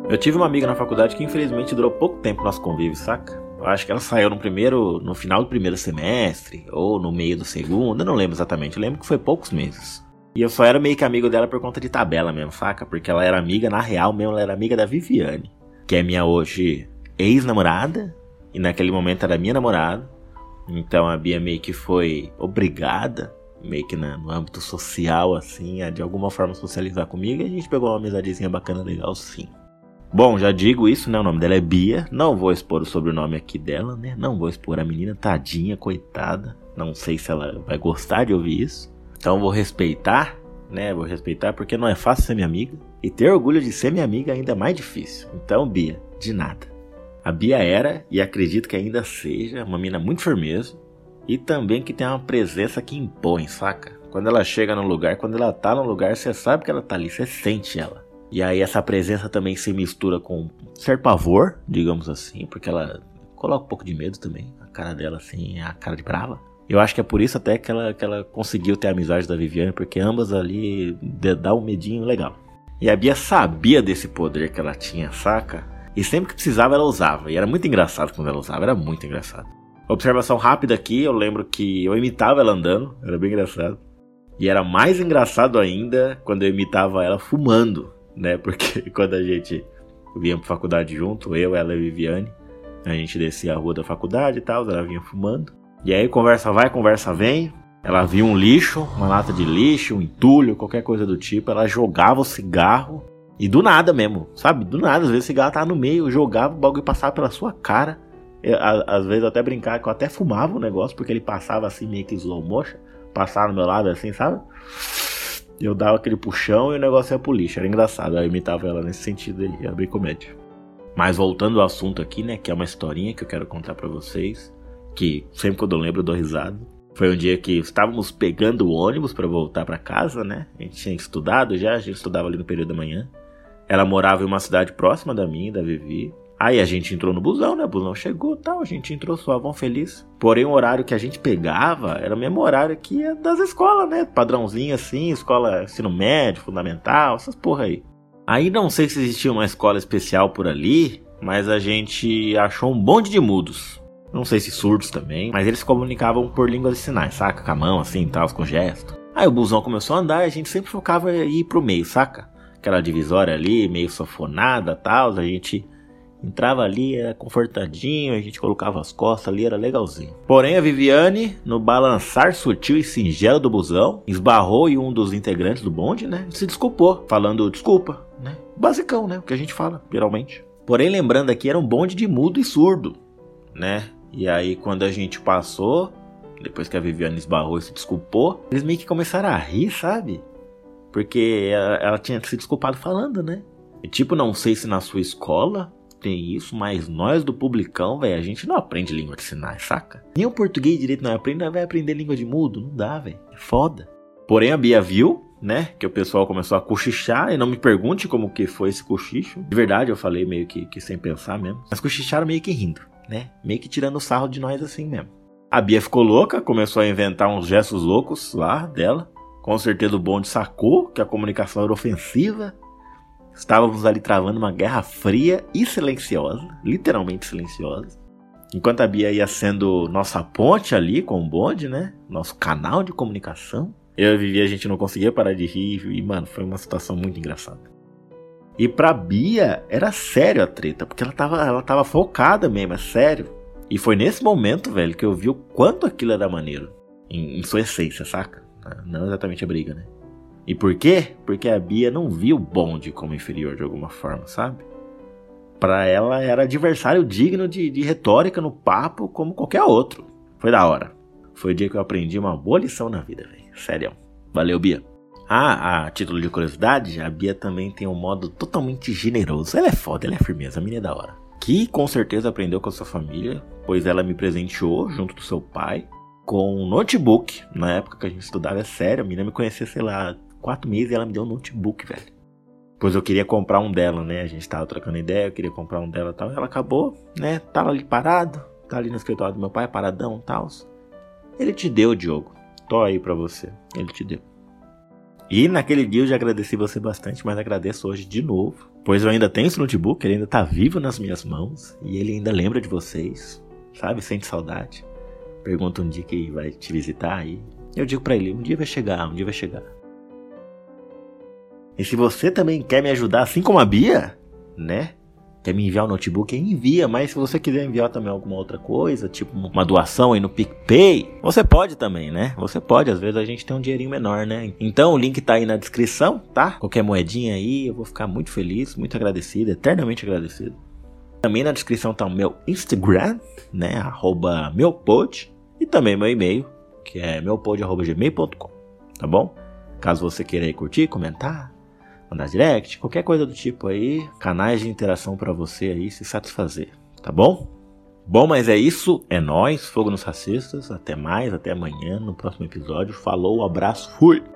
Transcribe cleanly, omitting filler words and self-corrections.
Eu tive uma amiga na faculdade que infelizmente durou pouco tempo nosso convívio, saca? Eu acho que ela saiu no final do primeiro semestre, ou no meio do segundo, eu não lembro exatamente, eu lembro que foi poucos meses. E eu só era meio que amigo dela por conta de tabela mesmo, saca? Porque ela era amiga, na real mesmo, ela era amiga da Viviane, que é minha hoje ex-namorada, e naquele momento era minha namorada. Então a Bia meio que foi obrigada, meio que no âmbito social, assim, a de alguma forma socializar comigo, e a gente pegou uma amizadezinha bacana, legal, sim. Bom, já digo isso, né? O nome dela é Bia. Não vou expor o sobrenome aqui dela, né? Não vou expor a menina, tadinha, coitada. Não sei se ela vai gostar de ouvir isso. Então vou respeitar, né? Vou respeitar porque não é fácil ser minha amiga. E ter orgulho de ser minha amiga ainda é mais difícil. Então, Bia, de nada. A Bia era, e acredito que ainda seja, uma menina muito firmeza. E também que tem uma presença que impõe, saca? Quando ela chega no lugar, quando ela tá no lugar, você sabe que ela tá ali, você sente ela. E aí essa presença também se mistura com certo pavor, digamos assim, porque ela coloca um pouco de medo também. A cara dela assim é a cara de brava. Eu acho que é por isso até que ela conseguiu ter a amizade da Viviane, porque ambas ali dá um medinho legal. E a Bia sabia desse poder que ela tinha, saca? E sempre que precisava ela usava. E era muito engraçado quando ela usava, era muito engraçado. Observação rápida aqui, eu lembro que eu imitava ela andando, era bem engraçado. E era mais engraçado ainda quando eu imitava ela fumando. Né, porque quando a gente vinha pra faculdade junto, eu, ela e a Viviane, a gente descia a rua da faculdade e tal, ela vinha fumando. E aí conversa vai, conversa vem, ela via um lixo, uma lata de lixo, um entulho, qualquer coisa do tipo, ela jogava o cigarro, e do nada mesmo, sabe? Do nada, às vezes o cigarro tava no meio, eu jogava, o bagulho passava pela sua cara. Às vezes eu até brincava que eu até fumava o negócio, porque ele passava assim meio que slow motion, passava no meu lado assim, sabe? Eu dava aquele puxão e o negócio ia pro lixo. Era engraçado, eu imitava ela nesse sentido aí, era bem comédia. Mas voltando ao assunto aqui, né, que é uma historinha que eu quero contar pra vocês, que sempre quando eu lembro eu dou risada. Foi um dia que estávamos pegando o ônibus pra voltar pra casa, né, a gente tinha estudado já, a gente estudava ali no período da manhã. Ela morava em uma cidade próxima da minha, da Vivi. Aí a gente entrou no busão, né? O busão chegou e tal, a gente entrou suavão, feliz. Porém, o horário que a gente pegava era o mesmo horário que é das escolas, né? Padrãozinho assim, escola ensino médio, fundamental, essas porra aí. Aí não sei se existia uma escola especial por ali, mas a gente achou um bonde de mudos. Não sei se surdos também, mas eles se comunicavam por línguas de sinais, saca? Com a mão assim, tal, com gesto. Aí o busão começou a andar e a gente sempre focava em ir pro meio, saca? Aquela divisória ali, meio sofonada, tal, a gente entrava ali, era confortadinho, a gente colocava as costas ali, era legalzinho. Porém, a Viviane, no balançar sutil e singelo do busão, esbarrou em um dos integrantes do bonde, né? Se desculpou, falando desculpa, né? Basicão, né? O que a gente fala, geralmente. Porém, lembrando aqui, era um bonde de mudo e surdo, né? E aí, quando a gente passou, depois que a Viviane esbarrou e se desculpou, eles meio que começaram a rir, sabe? Porque ela tinha se desculpado falando, né? E tipo, não sei se na sua escola tem isso, mas nós do publicão, velho, a gente não aprende língua de sinais, saca? Nem o português direito não aprende, nós vai aprender língua de mudo, não dá, velho, é foda. Porém a Bia viu, né, que o pessoal começou a cochichar, e não me pergunte como que foi esse cochicho. De verdade, eu falei meio que sem pensar mesmo. Mas cochicharam meio que rindo, né, meio que tirando sarro de nós assim mesmo. A Bia ficou louca, começou a inventar uns gestos loucos lá dela. Com certeza o bonde sacou que a comunicação era ofensiva. Estávamos ali travando uma guerra fria e silenciosa, literalmente silenciosa. Enquanto a Bia ia sendo nossa ponte ali com o bonde, né? Nosso canal de comunicação. Eu e a Vivi, a gente não conseguia parar de rir e, mano, foi uma situação muito engraçada. E pra Bia, era sério a treta, porque ela tava focada mesmo, é sério. E foi nesse momento, velho, que eu vi o quanto aquilo era maneiro. Em sua essência, saca? Não exatamente a briga, né? E por quê? Porque a Bia não via o bonde como inferior de alguma forma, sabe? Pra ela era adversário digno de retórica no papo como qualquer outro. Foi da hora. Foi o dia que eu aprendi uma boa lição na vida, velho. Sério. Valeu, Bia. A título de curiosidade, a Bia também tem um modo totalmente generoso. Ela é foda, ela é firmeza, a menina é da hora. Que com certeza aprendeu com a sua família, pois ela me presenteou junto do seu pai com um notebook. Na época que a gente estudava, é sério, a menina me conhecia, sei lá, 4 meses e ela me deu um notebook, velho. Pois eu queria comprar um dela, né? A gente tava trocando ideia, eu queria comprar um dela e tal. Ela acabou, né? Tava ali parado, tá ali no escritório do meu pai, paradão e tal. Ele te deu, Diogo. Tô aí pra você. Ele te deu. E naquele dia eu já agradeci você bastante, mas agradeço hoje de novo. Pois eu ainda tenho esse notebook, ele ainda tá vivo nas minhas mãos. E ele ainda lembra de vocês, sabe? Sente saudade. Pergunta um dia que vai te visitar aí. Eu digo pra ele, um dia vai chegar, um dia vai chegar. E se você também quer me ajudar, assim como a Bia, né? Quer me enviar o notebook, envia. Mas se você quiser enviar também alguma outra coisa, tipo uma doação aí no PicPay, você pode também, né? Você pode, às vezes a gente tem um dinheirinho menor, né? Então o link tá aí na descrição, tá? Qualquer moedinha aí, eu vou ficar muito feliz, muito agradecido, eternamente agradecido. Também na descrição tá o meu Instagram, né? @meupod. E também meu e-mail, que é meupod@gmail.com, tá bom? Caso você queira aí curtir, comentar, mandar direct, qualquer coisa do tipo aí, canais de interação pra você aí se satisfazer, tá bom? Bom, mas é isso, é nóis, fogo nos racistas, até mais, até amanhã no próximo episódio, falou, abraço, fui!